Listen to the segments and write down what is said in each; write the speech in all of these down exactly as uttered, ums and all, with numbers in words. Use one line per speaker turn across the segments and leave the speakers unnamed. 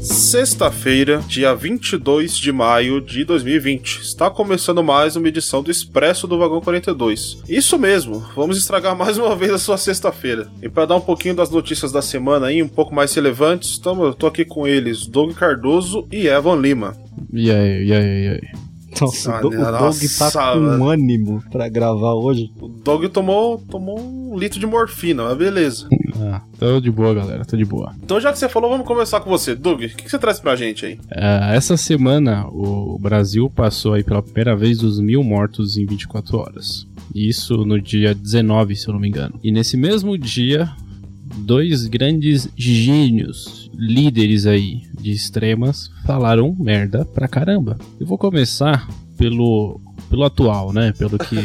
Sexta-feira, dia vinte e dois de maio de dois mil e vinte. Está começando mais uma edição do Expresso do Vagão quarenta e dois. Isso mesmo, vamos estragar mais uma vez a sua sexta-feira. E para dar um pouquinho das notícias da semana aí, um pouco mais relevantes, tamo, eu tô aqui com eles, Doug Cardoso e Evan Lima.
E aí, e aí, e aí?
Nossa, ah, o, o Doug tá com um ânimo pra gravar hoje.
O Doug tomou, tomou um litro de morfina, mas beleza.
Ah, tô de boa, galera, tô de boa.
Então já que você falou, vamos começar com você. Doug, o que, que você traz pra gente aí?
Uh, essa semana, o Brasil passou aí pela primeira vez os mil mortos em vinte e quatro horas. Isso no dia dezenove, se eu não me engano. E nesse mesmo dia, dois grandes gênios, líderes aí de extremas, falaram merda pra caramba. Eu vou começar pelo, pelo atual, né? Pelo que,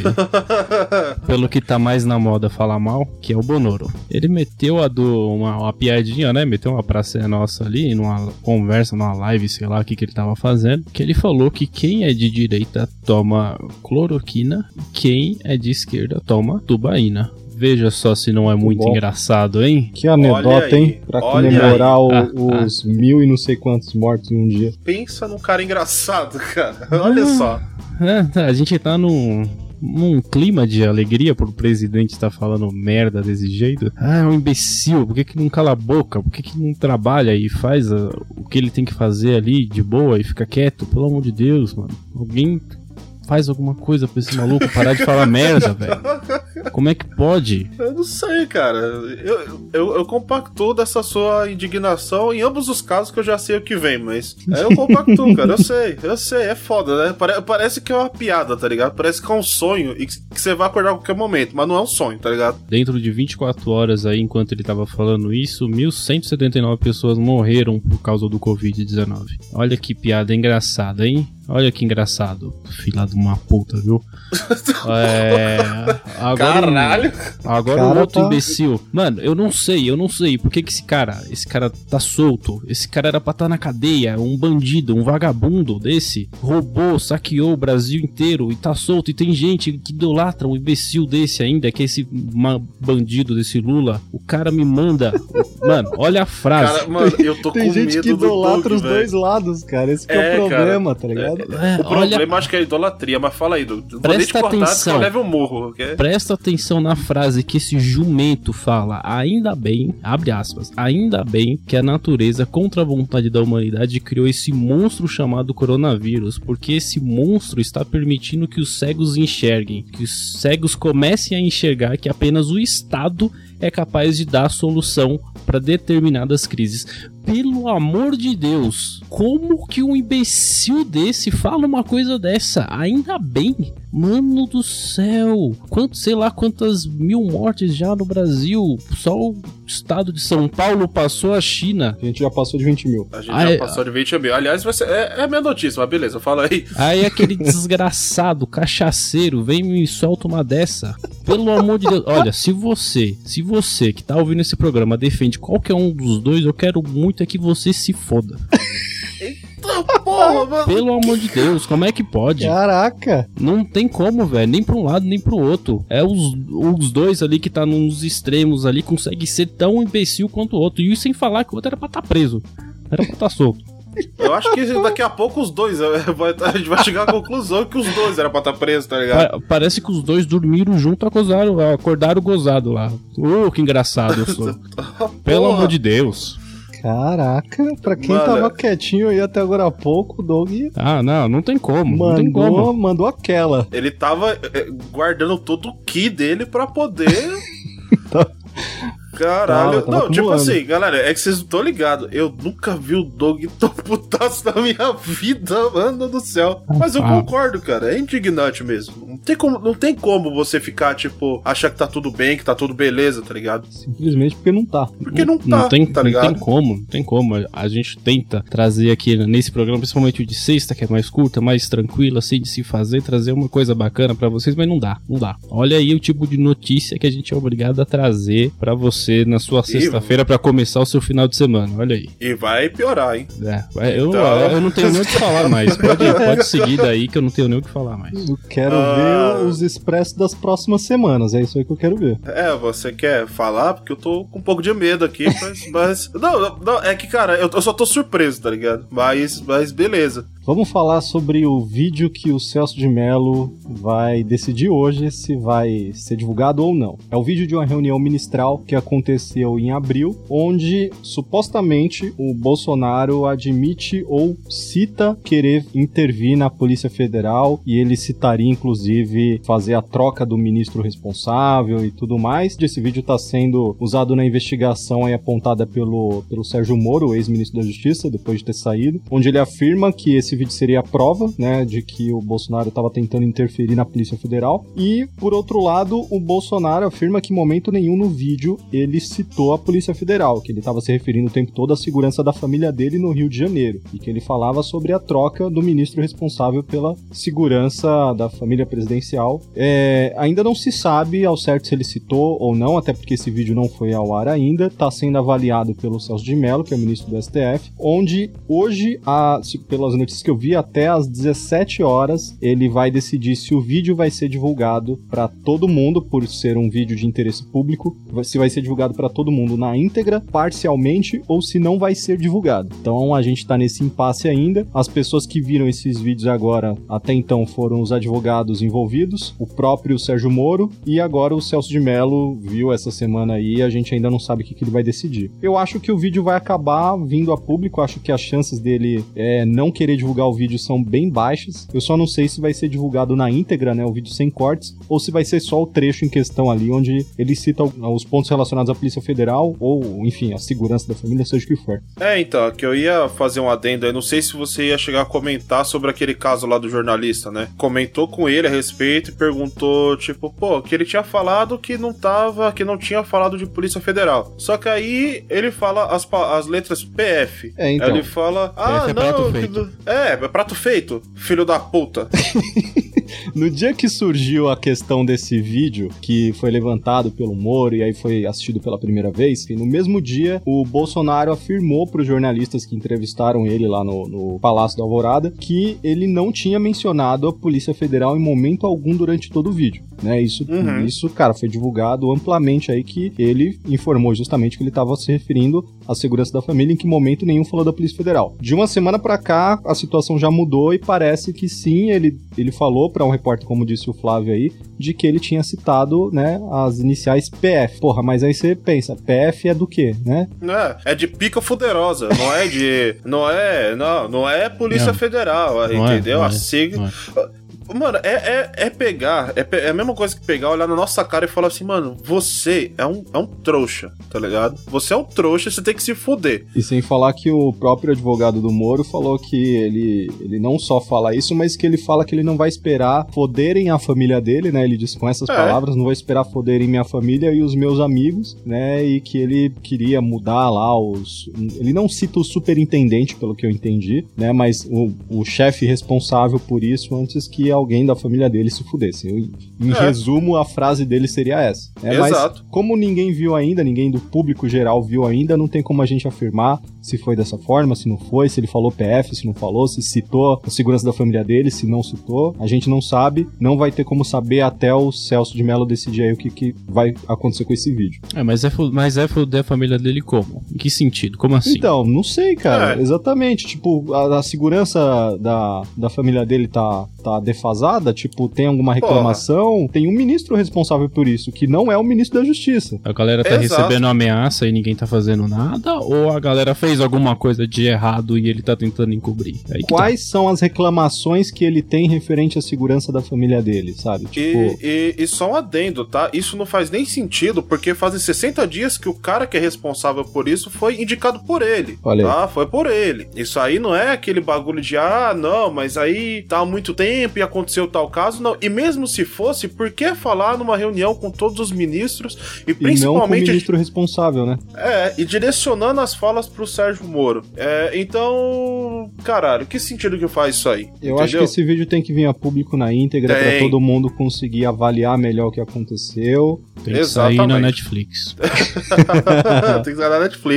pelo que tá mais na moda falar mal, que é o Bonoro. Ele meteu a do, uma, uma piadinha, né? Meteu uma praça nossa ali, numa conversa, numa live, sei lá o que, que ele tava fazendo, que ele falou que quem é de direita toma cloroquina, quem é de esquerda toma tubaína. Veja só se não é muito bom. Engraçado, hein?
Que anedota, hein? Pra comemorar o, ah, os ah. mil e não sei quantos mortos em um dia.
Pensa num cara engraçado, cara. Olha ah, só.
É, a gente tá num, num clima de alegria por o presidente estar tá falando merda desse jeito. Ah, é um imbecil. Por que que não cala a boca? Por que que não trabalha e faz a, o que ele tem que fazer ali de boa e fica quieto? Pelo amor de Deus, mano. Alguém faz alguma coisa pra esse maluco parar de falar merda, velho. Como é que pode?
Eu não sei, cara. Eu, eu, eu compactuo dessa sua indignação em ambos os casos, que eu já sei o que vem, mas é, eu compactuo, cara. Eu sei, eu sei. É foda, né? Pare, parece que é uma piada, tá ligado? Parece que é um sonho e que você vai acordar a qualquer momento, mas não é um sonho, tá ligado?
Dentro de vinte e quatro horas aí, enquanto ele tava falando isso, mil cento e setenta e nove pessoas morreram por causa do covid dezenove. Olha que piada engraçada, hein? Olha que engraçado, filha de uma puta, viu? É... Agora,
Caralho!
Agora o outro tá... imbecil. Mano, eu não sei, eu não sei. Por que que esse cara, esse cara tá solto? Esse cara era pra estar na cadeia, um bandido, um vagabundo desse. Roubou, saqueou o Brasil inteiro e tá solto. E tem gente que idolatra um imbecil desse ainda, que é esse bandido desse Lula. O cara me manda... Mano, olha a frase. Cara,
mano, eu tô
tem
com
gente
medo
que idolatra
do
os
véio.
dois lados, cara. Esse que é, é o problema, cara, tá ligado?
É, é, o problema olha... acho que é a idolatria, mas fala aí, Dudu.
Presta atenção.
Que eu leve um morro, okay?
Presta atenção na frase que esse jumento fala. Ainda bem, abre aspas, ainda bem que a natureza, contra a vontade da humanidade, criou esse monstro chamado coronavírus, porque esse monstro está permitindo que os cegos enxerguem, que os cegos comecem a enxergar que apenas o Estado é capaz de dar solução para determinadas crises. Pelo amor de Deus, como que um imbecil desse fala uma coisa dessa? Ainda bem, mano do céu, quanto, sei lá quantas mil mortes já no Brasil, só o estado de São Paulo passou a China.
A gente já passou de vinte mil.
A gente aí, já passou de vinte mil, aliás, vai ser, é, é a minha notícia, mas beleza, fala aí.
Aí aquele desgraçado, cachaceiro, vem e me solta uma dessa. Pelo amor de Deus, olha, se você, se você que tá ouvindo esse programa defende qualquer um dos dois, eu quero muito é que você se foda.
Eita porra, mano.
Pelo amor de Deus, como é que pode?
Caraca.
Não tem como, velho, nem pra um lado, nem pro outro. É os, os dois ali que tá nos extremos ali, consegue ser tão imbecil quanto o outro. E sem falar que o outro era pra estar tá preso. Era pra estar tá solto.
Eu acho que daqui a pouco os dois, a gente vai chegar à conclusão que os dois eram pra estar presos, tá ligado?
Parece que os dois dormiram junto, acordaram, acordaram gozado lá. Uh, que engraçado eu sou. Pelo amor de Deus.
Caraca, pra quem Mano, tava quietinho aí até agora há pouco, o Doug...
Ah, não, não tem como,
mandou,
não tem como.
Mandou aquela.
Ele tava guardando todo o ki dele pra poder... Caralho, tava, tava não, tipo assim, galera, é que vocês não estão ligados. Eu nunca vi o Doug tão putaço na minha vida, mano do céu. Mas eu ah. concordo, cara, é indignante mesmo. Não tem, como, não tem como você ficar, tipo, achar que tá tudo bem, que tá tudo beleza, tá ligado?
Simplesmente porque não tá.
Porque não, não tá,
não tem,
tá ligado?
Não tem como, não tem como. A gente tenta trazer aqui nesse programa, principalmente o de sexta, que é mais curta, mais tranquila, assim, de se fazer, trazer uma coisa bacana pra vocês, mas não dá, não dá. Olha aí o tipo de notícia que a gente é obrigado a trazer pra você na sua sexta-feira pra começar o seu final de semana, olha aí.
E vai piorar, hein?
É, eu, então... eu não tenho nem o que falar mais. Pode, pode seguir daí que eu não tenho nem o que falar mais.
Eu quero ah... ver os expressos das próximas semanas, é isso aí que eu quero ver.
É, você quer falar? Porque eu tô com um pouco de medo aqui, mas... mas não, não, é que, cara, eu, eu só tô surpreso, tá ligado? Mas, mas beleza.
Vamos falar sobre o vídeo que o Celso de Mello vai decidir hoje se vai ser divulgado ou não. É o vídeo de uma reunião ministral que aconteceu em abril, onde supostamente o Bolsonaro admite ou cita querer intervir na Polícia Federal, e ele citaria inclusive fazer a troca do ministro responsável e tudo mais. Esse vídeo está sendo usado na investigação aí apontada pelo, pelo Sérgio Moro, ex-ministro da Justiça, depois de ter saído, onde ele afirma que esse vídeo seria a prova, né, de que o Bolsonaro estava tentando interferir na Polícia Federal. E, por outro lado, o Bolsonaro afirma que em momento nenhum no vídeo ele citou a Polícia Federal, que ele estava se referindo o tempo todo à segurança da família dele no Rio de Janeiro, e que ele falava sobre a troca do ministro responsável pela segurança da família presidencial. É, ainda não se sabe ao certo se ele citou ou não, até porque esse vídeo não foi ao ar ainda, está sendo avaliado pelo Celso de Mello, que é o ministro do S T F, onde hoje, a, pelas notícias que eu vi, até às dezessete horas, ele vai decidir se o vídeo vai ser divulgado para todo mundo, por ser um vídeo de interesse público, se vai ser divulgado para todo mundo na íntegra, parcialmente, ou se não vai ser divulgado. Então a gente tá nesse impasse ainda. As pessoas que viram esses vídeos agora, até então, foram os advogados envolvidos, o próprio Sérgio Moro, e agora o Celso de Mello viu essa semana aí, e a gente ainda não sabe o que, que ele vai decidir. Eu acho que o vídeo vai acabar vindo a público, acho que as chances dele é, não querer divulgar o vídeo são bem baixas. Eu só não sei se vai ser divulgado na íntegra, né, o vídeo sem cortes, ou se vai ser só o trecho em questão ali, onde ele cita os pontos relacionados à Polícia Federal, ou, enfim, a segurança da família, seja o que for.
É, então, que eu ia fazer um adendo aí, não sei se você ia chegar a comentar sobre aquele caso lá do jornalista, né? Comentou com ele a respeito e perguntou, tipo, pô, que ele tinha falado que não tava, que não tinha falado de Polícia Federal. Só que aí ele fala as, as letras P F. É, então. Aí ele fala, ah,
P F é
não,
prato feito.
É, é prato feito, filho da puta.
No dia que surgiu a questão desse vídeo, que foi levantado pelo Moro e aí foi assistido pela primeira vez, no mesmo dia o Bolsonaro afirmou para os jornalistas que entrevistaram ele lá no, no Palácio da Alvorada que ele não tinha mencionado a Polícia Federal em momento algum durante todo o vídeo, né? Isso, uhum. isso, cara, foi divulgado amplamente aí, que ele informou justamente que ele estava se referindo à segurança da família, em que momento nenhum falou da Polícia Federal. De uma semana para cá, a situação já mudou e parece que sim, ele, ele falou para um repórter, como disse o Flávio aí, de que ele tinha citado, né, as iniciais P F. Porra, mas aí você pensa, P F é do quê, né?
É, é de pica fuderosa, não é de... não é, não, não é Polícia não. Federal, não entendeu? É, não a sigla... É. Mano, é, é, é pegar, é, é a mesma coisa que pegar, olhar na nossa cara e falar assim, mano, você é um, é um trouxa, tá ligado? Você é um trouxa, você tem que se fuder.
E sem falar que o próprio advogado do Moro falou que ele, ele não só fala isso, mas que ele fala que ele não vai esperar foderem a família dele, né? Ele disse com essas é. palavras, não vai esperar foderem minha família e os meus amigos, né? E que ele queria mudar lá os... Ele não cita o superintendente, pelo que eu entendi, né? Mas o, o chefe responsável por isso, antes que alguém da família dele se fudesse. Eu, em é. resumo, a frase dele seria essa. É,
Exato.
Mas como ninguém viu ainda, ninguém do público geral viu ainda, não tem como a gente afirmar se foi dessa forma, se não foi, se ele falou P F, se não falou, se citou a segurança da família dele, se não citou. A gente não sabe, não vai ter como saber até o Celso de Mello decidir aí o que, que vai acontecer com esse vídeo.
É, mas é, mas é foder a família dele como? Em que sentido? Como assim?
Então, não sei, cara. É. Exatamente. Tipo, a, a segurança da, da família dele tá, tá defasada, tipo, tem alguma reclamação, Porra. tem um ministro responsável por isso, que não é o ministro da Justiça.
A galera tá Exato. recebendo ameaça e ninguém tá fazendo nada, ou a galera fez alguma coisa de errado e ele tá tentando encobrir? Aí
Quais
tá.
são as reclamações que ele tem referente à segurança da família dele, sabe?
Tipo... E, e, e só um adendo, tá? Isso não faz nem sentido, porque fazem sessenta dias que o cara que é responsável por isso foi indicado por ele.
Olha
tá? Foi por ele. Isso aí não é aquele bagulho de, ah, não, mas aí tá há muito tempo e aconteceu tal caso, não. E mesmo se fosse, por que falar numa reunião com todos os ministros e principalmente...
E não com o ministro responsável, né?
É, e direcionando as falas pro Sérgio Moro. É, então, caralho, que sentido que faz isso aí?
Eu
entendeu?
acho que esse vídeo tem que vir a público na íntegra
tem.
pra todo mundo conseguir avaliar melhor o que aconteceu.
Tem que Exatamente. sair na Netflix.
Tem que sair na Netflix.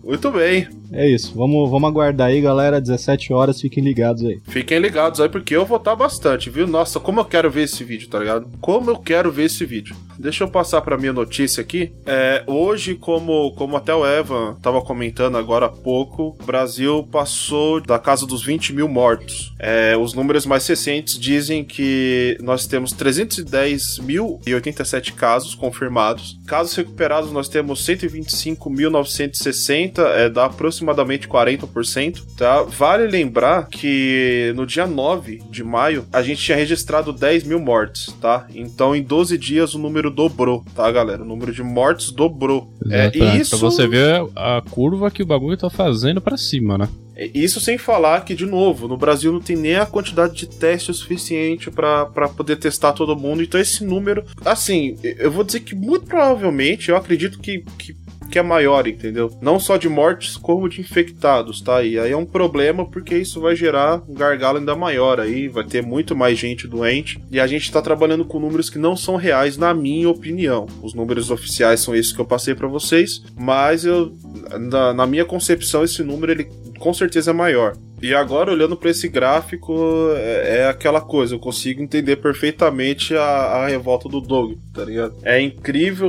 Muito bem.
É isso, vamos, vamos aguardar aí, galera, dezessete horas, fiquem ligados aí.
Fiquem ligados aí, porque eu vou estar bastante, viu? Nossa, como eu quero ver esse vídeo, tá ligado? Como eu quero ver esse vídeo. Deixa eu passar pra minha notícia aqui. É, hoje, como, como até o Evan tava comentando agora há pouco, o Brasil passou da casa dos vinte mil mortos. É, os números mais recentes dizem que nós temos trezentos e dez mil e oitenta e sete casos confirmados. Casos recuperados, nós temos cento e vinte e cinco mil novecentos e sessenta, é, dá aproximadamente quarenta por cento, tá? Vale lembrar que no dia nove de maio, a gente tinha registrado dez mil mortes, tá? Então, em doze dias, o número dobrou, tá, galera? O número de mortes dobrou.
Exato, é, isso... Pra você ver a curva que o bagulho tá fazendo pra cima, né?
Isso sem falar que, de novo, no Brasil não tem nem a quantidade de teste suficiente pra, pra poder testar todo mundo. Então esse número, assim, eu vou dizer que muito provavelmente, eu acredito que, que, que é maior, entendeu? Não só de mortes, como de infectados, tá? E aí é um problema porque isso vai gerar um gargalo ainda maior aí, vai ter muito mais gente doente. E a gente tá trabalhando com números que não são reais, na minha opinião. Os números oficiais são esses que eu passei pra vocês, mas eu, na, na minha concepção, esse número, ele com certeza é maior. E agora, olhando para esse gráfico, é, é aquela coisa, eu consigo entender perfeitamente a, a revolta do Doug, tá ligado? É incrível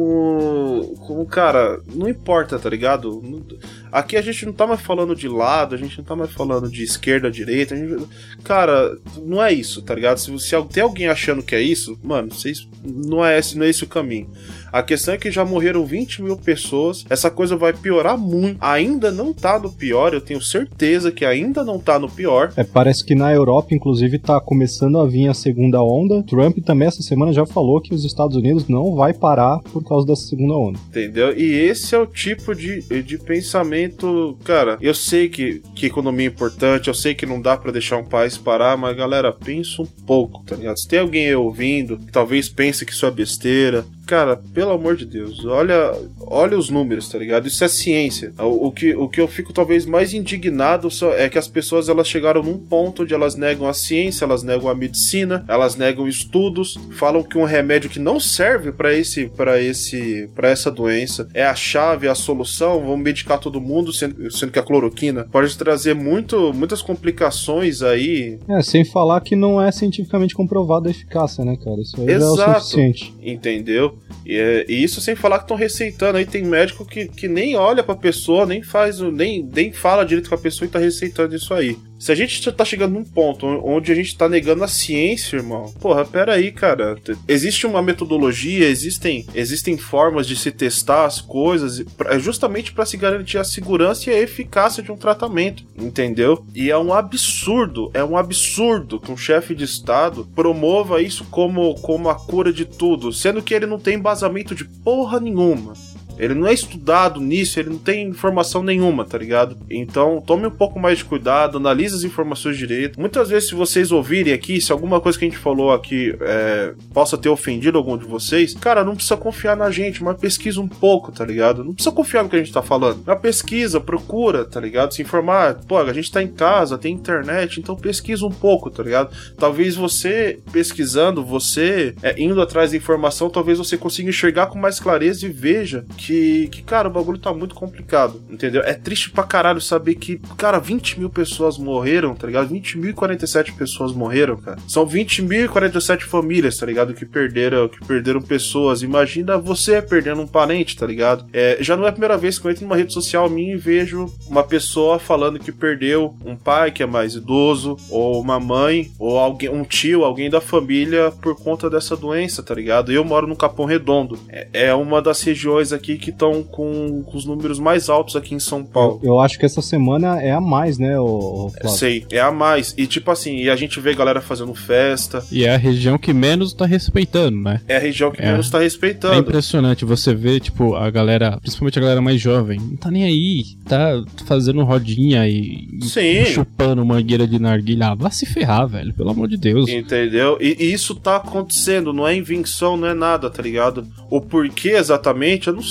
como, como, cara, não importa, tá ligado? Aqui a gente não tá mais falando de lado, a gente não tá mais falando de esquerda, direita, a gente, cara, não é isso, tá ligado? Se, se tem alguém achando que é isso, mano, vocês, não, é esse, não é esse o caminho. A questão é que já morreram vinte mil pessoas, essa coisa vai piorar muito, ainda não tá no pior, eu tenho certeza que ainda não tá no pior.
É, parece que na Europa, inclusive, tá começando a vir a segunda onda. Trump também essa semana já falou que os Estados Unidos não vai parar por causa dessa segunda onda.
Entendeu? E esse é o tipo de, de pensamento, cara, eu sei que, que economia é importante, eu sei que não dá pra deixar um país parar, mas galera, pensa um pouco, tá ligado? Se tem alguém aí ouvindo, que talvez pense que isso é besteira, cara, pelo amor de Deus, olha, olha os números, tá ligado? Isso é ciência. O, o, que, o que eu fico talvez mais indignado só é que as pessoas, elas chegaram num ponto onde elas negam a ciência, elas negam a medicina, elas negam estudos, falam que um remédio que não serve pra esse, pra esse, pra essa doença é a chave, é a solução, vamos medicar todo mundo, sendo, sendo que a cloroquina pode trazer muito, muitas complicações aí.
É, sem falar que não é cientificamente comprovado a eficácia, né, cara? Isso aí
Exato.
Já é o suficiente.
Entendeu? E, e isso sem falar que estão receitando. Aí tem médico que, que nem olha pra pessoa, nem faz, nem, nem fala direito com a pessoa e tá receitando isso aí. Se a gente tá chegando num ponto onde a gente tá negando a ciência, irmão, porra, pera aí, cara. Existe uma metodologia, existem, existem formas de se testar as coisas, justamente pra se garantir a segurança e a eficácia de um tratamento, entendeu? E é um absurdo, é um absurdo que um chefe de estado promova isso como, como a cura de tudo, sendo que ele não tem embasamento de porra nenhuma. Ele não é estudado nisso, ele não tem informação nenhuma, tá ligado? Então, tome um pouco mais de cuidado, analise as informações direito. Muitas vezes, se vocês ouvirem aqui, se alguma coisa que a gente falou aqui é, possa ter ofendido algum de vocês, cara, não precisa confiar na gente, mas pesquisa um pouco, tá ligado? Não precisa confiar no que a gente tá falando. Mas pesquisa, procura, tá ligado? Se informar. Pô, a gente tá em casa, tem internet, então pesquisa um pouco, tá ligado? Talvez você, pesquisando, você é, indo atrás da informação, talvez você consiga enxergar com mais clareza e veja que Que, que, cara, o bagulho tá muito complicado, entendeu? É triste pra caralho saber que, cara, vinte mil pessoas morreram, tá ligado? vinte mil e quarenta e sete pessoas morreram, cara. São vinte mil e quarenta e sete famílias, tá ligado? Que perderam, que perderam pessoas. Imagina você perdendo um parente, tá ligado? É, já não é a primeira vez que eu entro numa rede social minha e vejo uma pessoa falando que perdeu um pai que é mais idoso, ou uma mãe, ou alguém, um tio, alguém da família por conta dessa doença, tá ligado? Eu moro no Capão Redondo. É, é uma das regiões aqui que estão com, com os números mais altos aqui em São Paulo.
Eu, eu acho que essa semana é a mais, né, o Flávio?
Sei, é a mais. E tipo assim, e a gente vê galera fazendo festa.
E é a região que menos tá respeitando, né?
É a região que
é.
menos tá respeitando.
É impressionante você ver, tipo, a galera, principalmente a galera mais jovem, não tá nem aí, tá fazendo rodinha e, e chupando mangueira de narguilha. Ah, vai se ferrar, velho, pelo amor de Deus.
Entendeu? E, e isso tá acontecendo, não é invenção, não é nada, tá ligado? O porquê exatamente, eu não sei.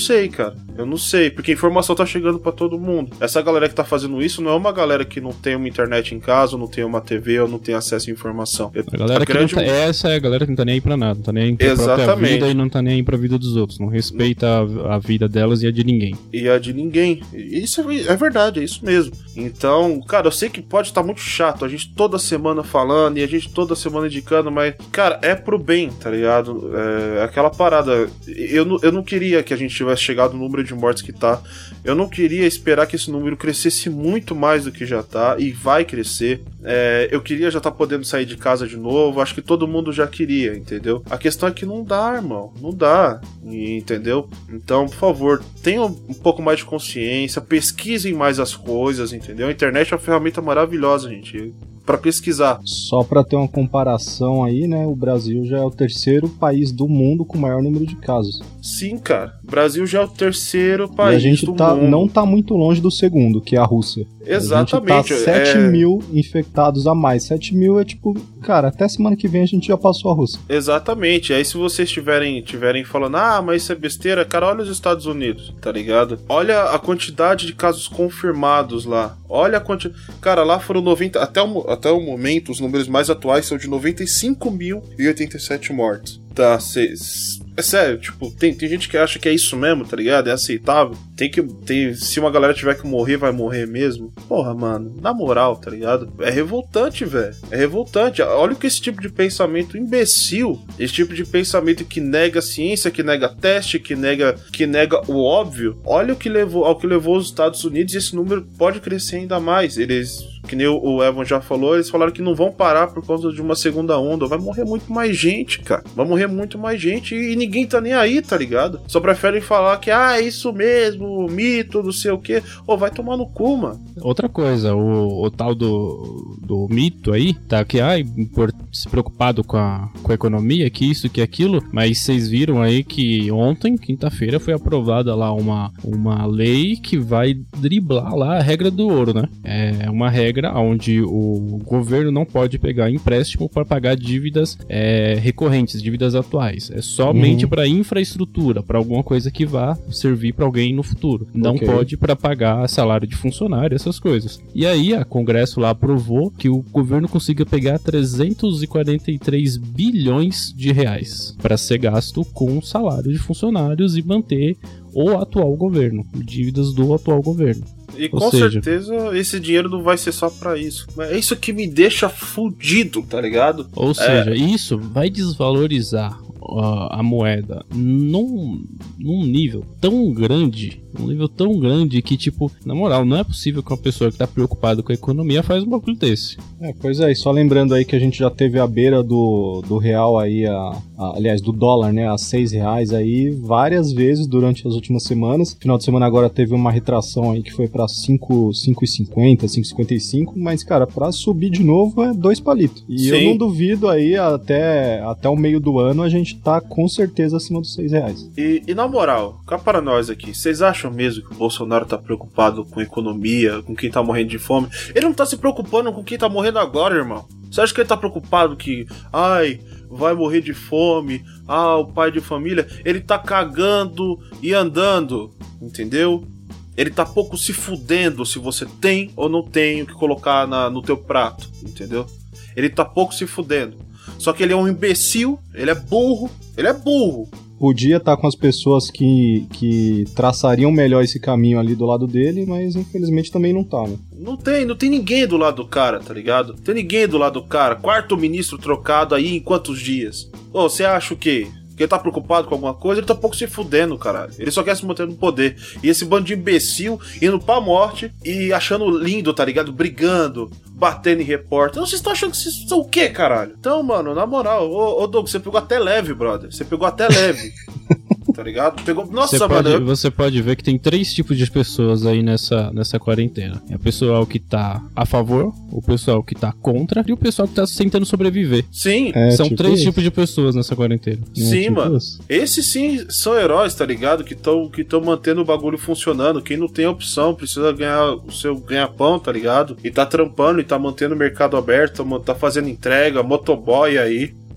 sei, cara. Eu não sei, porque a informação tá chegando pra todo mundo. Essa galera que tá fazendo isso não é uma galera que não tem uma internet em casa, ou não tem uma T V, ou não tem acesso à informação.
A galera a que grande... não tá, essa é a galera que não tá nem aí pra nada, não tá nem aí pra Exatamente. própria vida e não tá nem aí pra vida dos outros. Não respeita a, a vida delas e a de ninguém.
E a de ninguém. Isso é, é verdade, é isso mesmo. Então, cara, eu sei que pode estar muito chato, a gente toda semana falando e a gente toda semana indicando, mas, cara, é pro bem, tá ligado? É aquela parada. Eu não, eu não queria que a gente tivesse chegado no número de mortes que tá. Eu não queria esperar que esse número crescesse muito mais do que já tá, e vai crescer. É, eu queria já estar tá podendo sair de casa de novo, acho que todo mundo já queria, entendeu? A questão é que não dá, irmão, não dá, entendeu? Então, por favor, tenham um pouco mais de consciência, pesquisem mais as coisas, entendeu? A internet é uma ferramenta maravilhosa, gente, pra pesquisar.
Só pra ter uma comparação aí, né, o Brasil já é o terceiro país do mundo com o maior número de casos.
Sim, cara, o Brasil já é o terceiro país
e a gente
do
tá,
mundo.
Não tá muito longe do segundo, que é a Rússia.
Exatamente.
A gente tá sete mil infectados a mais. sete mil é tipo, cara, até semana que vem a gente já passou a Rússia.
Exatamente. Aí se vocês estiverem tiverem falando, ah, mas isso é besteira, cara, olha os Estados Unidos, tá ligado? Olha a quantidade de casos confirmados lá. Olha a quantidade. Cara, lá foram noventa. Até o, até o momento, os números mais atuais são de noventa e cinco mil e oitenta e sete mortes. Tá, seis. É sério, tipo, tem, tem gente que acha que é isso mesmo, tá ligado? É aceitável. Tem que. Tem, se uma galera tiver que morrer, vai morrer mesmo. Porra, mano, na moral, tá ligado? É revoltante, velho. É revoltante. Olha o que esse tipo de pensamento imbecil, esse tipo de pensamento que nega a ciência, que nega teste, que nega, que nega o óbvio. Olha o que levou, ao que levou os Estados Unidos, e esse número pode crescer ainda mais. Eles, que nem o Evan já falou, eles falaram que não vão parar por causa de uma segunda onda. Vai morrer muito mais gente, cara. Vai morrer muito mais gente e ninguém tá nem aí, tá ligado? Só preferem falar que, ah, é isso mesmo, mito, não sei o quê. Ô, vai tomar no cu, mano.
Outra coisa, o, o tal do, do mito aí, tá que, ah, por, se preocupado com a, com a economia, que isso, que aquilo, mas vocês viram aí que ontem, quinta-feira, foi aprovada lá uma, uma lei que vai driblar lá a regra do ouro, né? É uma regra onde o governo não pode pegar empréstimo para pagar dívidas é, recorrentes, dívidas atuais. É somente uhum. para infraestrutura, para alguma coisa que vá servir para alguém no futuro. Não okay. pode para pagar salário de funcionário, essas coisas. E aí, a Congresso lá aprovou que o governo consiga pegar trezentos e quarenta e três bilhões de reais para ser gasto com salário de funcionários e manter o atual governo, dívidas do atual governo.
E Ou com seja... certeza esse dinheiro não vai ser só pra isso. É isso que me deixa fudido, tá ligado?
Ou seja, é... isso vai desvalorizar uh, a moeda num, num nível tão grande, um nível tão grande que, tipo, na moral, não é possível que uma pessoa que tá preocupada com a economia faz um bagulho desse.
É, pois é, e só lembrando aí que a gente já teve a beira do, do real aí, a, a, aliás, do dólar, né, a seis reais aí, várias vezes durante as últimas semanas. Final de semana agora teve uma retração aí que foi pra cinco e cinquenta, cinco e cinquenta e cinco, mas, cara, pra subir de novo é dois palitos. E Sim. eu não duvido aí, até, até o meio do ano, a gente tá com certeza acima dos seis reais.
E, e na moral, cá para nós aqui, vocês acham mesmo que o Bolsonaro tá preocupado com economia, com quem tá morrendo de fome? Ele não tá se preocupando com quem tá morrendo agora, irmão. Você acha que ele tá preocupado que, ai, vai morrer de fome, ah, o pai de família? Ele tá cagando e andando, entendeu? Ele tá pouco se fudendo se você tem ou não tem o que colocar na, no teu prato, entendeu? Ele tá pouco se fudendo. Só que ele é um imbecil, ele é burro, ele é burro.
Podia estar com as pessoas que, que traçariam melhor esse caminho ali do lado dele, mas infelizmente também não tá, né?
Não tem, não tem ninguém do lado do cara, tá ligado? Não tem ninguém do lado do cara. Quarto ministro trocado aí em quantos dias? Ô, você acha o quê? Que ele tá preocupado com alguma coisa? Ele tá pouco se fudendo, caralho. Ele só quer se manter no poder. E esse bando de imbecil indo pra morte e achando lindo, tá ligado? Brigando, batendo em repórter. Então, vocês estão achando que vocês são o quê, caralho? Então, mano, na moral, ô, ô Doug, você pegou até leve, brother. Você pegou até leve. Tá ligado? Pegou... Nossa,
você
mano.
Pode,
eu...
Você pode ver que tem três tipos de pessoas aí nessa, nessa quarentena. É o pessoal que tá a favor, o pessoal que tá contra e o pessoal que tá tentando sobreviver.
Sim.
É, são
tipo
três
isso.
tipos de pessoas nessa quarentena.
Sim,
é, tipo
mano.
Isso.
Esses sim são heróis, tá ligado? Que estão que tão mantendo o bagulho funcionando. Quem não tem opção precisa ganhar o seu ganha-pão, tá ligado? E tá trampando e tá mantendo o mercado aberto, tá fazendo entrega, motoboy aí.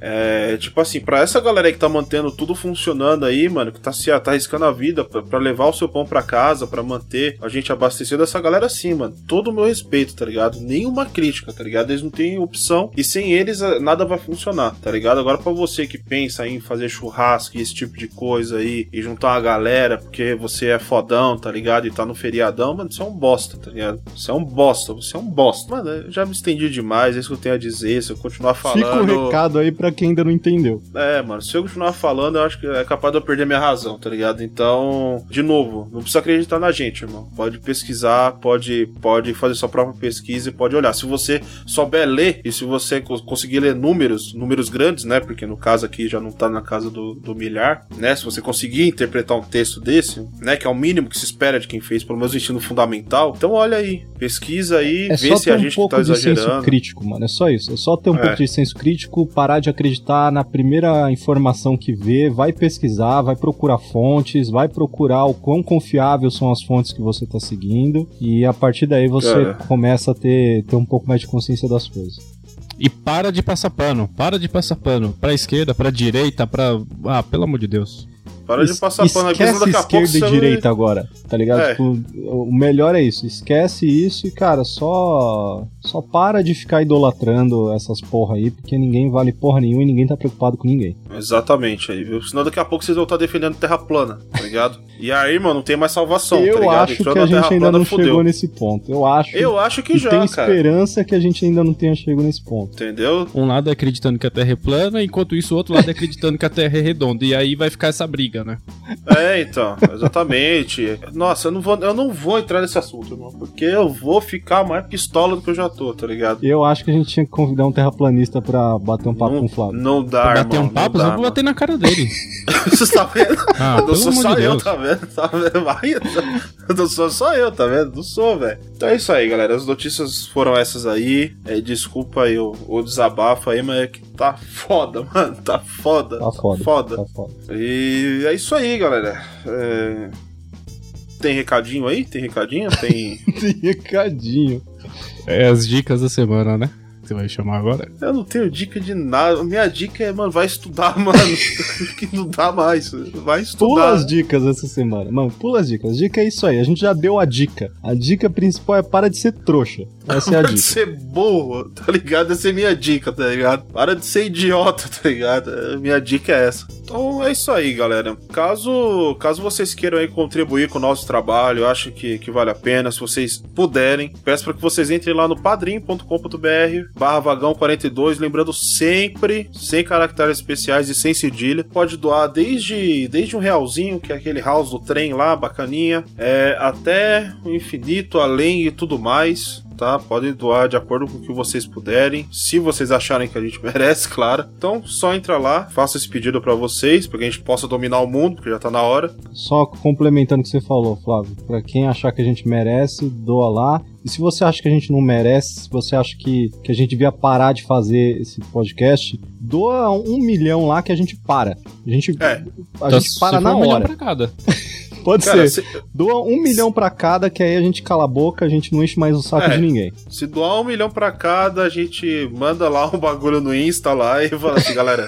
É, tipo assim, pra essa galera aí que tá mantendo tudo funcionando aí, mano, que tá se tá arriscando a vida pra, pra levar o seu pão pra casa, pra manter a gente abastecido, essa galera sim, mano. Todo o meu respeito, tá ligado? Nenhuma crítica, tá ligado? Eles não têm opção e sem eles nada vai funcionar, tá ligado? Agora pra você que pensa em fazer churrasco e esse tipo de coisa aí e juntar uma galera porque você é fodão, tá ligado? E tá no feriadão, mano, você é um bosta, tá ligado? Você é um bosta, você é um bosta. Mano, eu já me estendi demais, é isso que eu tenho a dizer, se eu continuar falando...
Fica o recado aí pra quem ainda não entendeu.
É, mano, se eu continuar falando, eu acho que é capaz de eu perder minha razão, tá ligado? Então, de novo, não precisa acreditar na gente, irmão. Pode pesquisar, pode, pode fazer sua própria pesquisa e pode olhar. Se você souber ler e se você conseguir ler números, números grandes, né? Porque no caso aqui já não tá na casa do, do milhar, né? Se você conseguir interpretar um texto desse, né? Que é o mínimo que se espera de quem fez, pelo menos o ensino fundamental. Então, olha aí, pesquisa aí,
é
vê se a gente
um
tá exagerando. É só ter um pouco de senso
crítico, mano. É só isso. É só ter um
é.
pouco de senso crítico, parar de acreditar na primeira informação que vê, vai pesquisar, vai procurar fontes, vai procurar o quão confiáveis são as fontes que você tá seguindo e a partir daí você é. começa a ter, ter um pouco mais de consciência das coisas.
E para de passar pano, para de passar pano pra esquerda, pra direita, pra... Ah, pelo amor de Deus.
Para de passar pano aí,
esquece
daqui a pouco
esquerda e
você...
direita agora, tá ligado?
É.
Tipo, o melhor é isso, esquece isso e, cara, só só para de ficar idolatrando essas porra aí, porque ninguém vale porra nenhuma e ninguém tá preocupado com ninguém.
Exatamente aí, viu? Senão daqui a pouco vocês vão estar defendendo terra plana, tá ligado? E aí, mano, não tem mais salvação,
eu
tá ligado?
acho Entrou que a gente ainda não fudeu. chegou nesse ponto. Eu acho,
eu acho que, que já,
tem
cara.
esperança que a gente ainda não tenha chegado nesse ponto.
Entendeu?
Um lado acreditando que a Terra é plana, enquanto isso o outro lado acreditando que a Terra é redonda. E aí vai ficar essa briga, né?
É, então, exatamente. Nossa, eu não vou, eu não vou entrar nesse assunto, irmão, porque eu vou ficar mais pistola do que eu já tô, tá ligado?
Eu acho que a gente tinha que convidar um terraplanista pra bater um papo
não,
com o Flávio.
Não dá,
pra
irmão.
bater um papo,
dá,
eu vou bater na cara dele.
Você tá vendo?
Ah,
não sou só
de
eu,
Deus.
tá vendo? Tá vendo? Vai, não sou só eu, tá vendo? Não sou, velho. Então é isso aí, galera. As notícias foram essas aí. É, desculpa aí o, o desabafo aí, mas é que tá foda, mano. Tá foda.
Tá foda.
foda.
Tá foda.
E é isso aí, galera. É... Tem recadinho aí? Tem recadinho? Tem.
Tem recadinho.
É as dicas da semana, né? Você vai chamar agora?
Eu não tenho dica de nada. Minha dica é, mano, vai estudar, mano. Que não dá mais. Vai estudar.
Pula as dicas essa semana. Mano, pula as dicas. A dica é isso aí. A gente já deu a dica. A dica principal é para de ser trouxa. Essa é a
para
dica.
de ser burro, tá ligado? Essa é minha dica, tá ligado? Para de ser idiota, tá ligado? Minha dica é essa. Então é isso aí, galera. Caso, caso vocês queiram aí contribuir com o nosso trabalho, acho que, que vale a pena, se vocês puderem, peço para que vocês entrem lá no padrim ponto com ponto b r barra vagão quarenta e dois, lembrando sempre, sem caracteres especiais e sem cedilha. Pode doar desde, desde um realzinho, que é aquele house do trem lá, bacaninha, é, até o infinito, além e tudo mais. Tá? Podem doar de acordo com o que vocês puderem, se vocês acharem que a gente merece, claro. Então só entra lá, faça esse pedido pra vocês, pra que a gente possa dominar o mundo, porque já tá na hora.
Só complementando o que você falou, Flávio, pra quem achar que a gente merece, doa lá. E se você acha que a gente não merece, se você acha que, que a gente devia parar de fazer esse podcast, doa um milhão lá que a gente para. A gente,
é.
a gente para na
um
hora.
milhão pra cada.
Pode
Cara,
ser.
se...
Doa um milhão pra cada, que aí a gente cala a boca, a gente não enche mais o saco
é,
de ninguém.
Se doar um milhão pra cada, a gente manda lá um bagulho no Insta lá e fala assim, galera...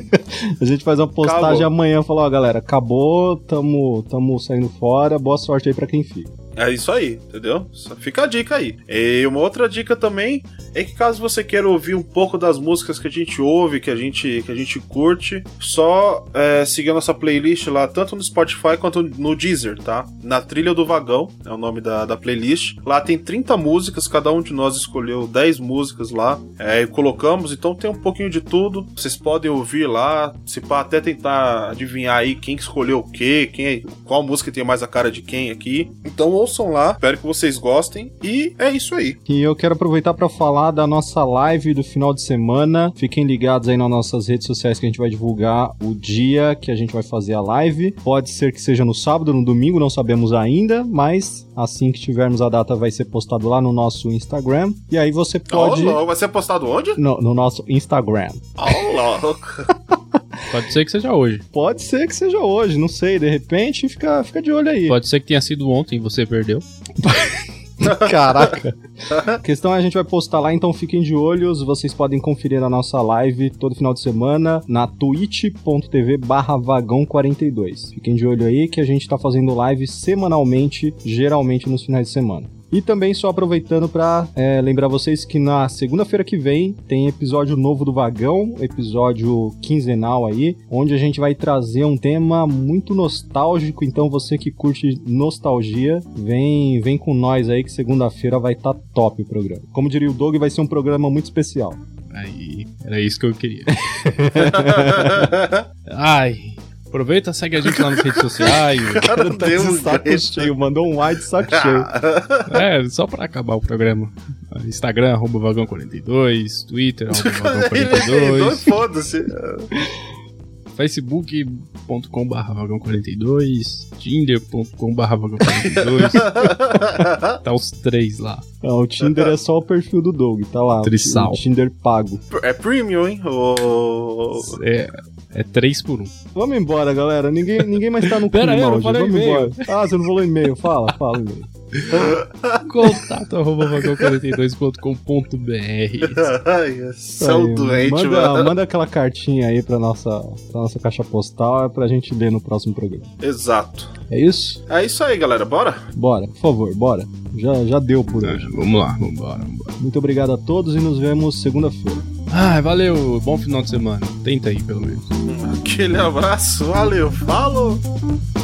A gente faz uma postagem
acabou.
Amanhã e fala, ó, galera, acabou, tamo, tamo saindo fora, boa sorte aí pra quem fica.
É isso aí, entendeu? Só fica a dica aí. E uma outra dica também é que caso você queira ouvir um pouco das músicas que a gente ouve, que a gente, que a gente curte, só é, seguir a nossa playlist lá, tanto no Spotify quanto no Deezer, tá? Na Trilha do Vagão, é o nome da, da playlist. Lá tem trinta músicas, cada um de nós escolheu dez músicas lá, é, e colocamos, então tem um pouquinho de tudo. Vocês podem ouvir lá, se pá, até tentar adivinhar aí quem escolheu o quê, quem, qual música tem mais a cara de quem aqui. Então ouçam lá, espero que vocês gostem, e é isso aí.
E eu quero aproveitar para falar da nossa live do final de semana. Fiquem ligados aí nas nossas redes sociais que a gente vai divulgar o dia que a gente vai fazer a live. Pode ser que seja no sábado ou no domingo, não sabemos ainda, mas assim que tivermos a data vai ser postado lá no nosso Instagram. E aí você pode...
Oh, vai ser postado onde?
No, no nosso Instagram.
Oh, louco.
Pode ser que seja hoje.
Pode ser que seja hoje, não sei, de repente fica, fica de olho aí.
Pode ser que tenha sido ontem e você perdeu.
Caraca. A questão é a gente vai postar lá, então fiquem de olhos. Vocês podem conferir a nossa live todo final de semana na twitch.tv barra vagão quarenta e dois. Fiquem de olho aí que a gente tá fazendo live semanalmente, geralmente nos finais de semana. E também só aproveitando para é, lembrar vocês que na segunda-feira que vem tem episódio novo do Vagão, episódio quinzenal aí, onde a gente vai trazer um tema muito nostálgico. Então você que curte nostalgia, vem, vem com nós aí que segunda-feira vai estar tá top o programa. Como diria o Doug, vai ser um programa muito especial.
Aí, era isso que eu queria. Ai... Aproveita, segue a gente lá nas redes sociais.
O cara tá de saco cheio, mandou um ai de saco cheio.
É, só pra acabar o programa. Instagram, arroba vagão quarenta e dois, Twitter, arroba vagão quarenta e dois.
Foda-se.
facebook.com barra vagão quarenta e dois, tinder.com barra vagão quarenta e dois. Tá os três lá.
Não, o Tinder é só o perfil do Doug, tá lá.
Trissal.
O Tinder pago.
É premium, hein? O...
É... É três por um.
Vamos embora, galera. Ninguém, ninguém mais tá no
Pera aí, eu não
hoje.
falei
Vamos
e-mail.
embora. Ah, você não falou e-mail. Fala, fala e-mail.
Contato arroba vagão quarenta e dois ponto com ponto b r.
Ai, são doente,
manda,
mano.
Manda aquela cartinha aí pra nossa, pra nossa caixa postal pra gente ler no próximo programa.
Exato.
É isso?
É isso aí, galera. Bora?
Bora, por favor, bora. Já, já deu por
É,
hoje.
vamos lá, vamos embora, vamos embora.
Muito obrigado a todos e nos vemos segunda-feira.
Ah, valeu. Bom final de semana. Tenta aí, pelo menos.
Aquele abraço. Valeu. Falou.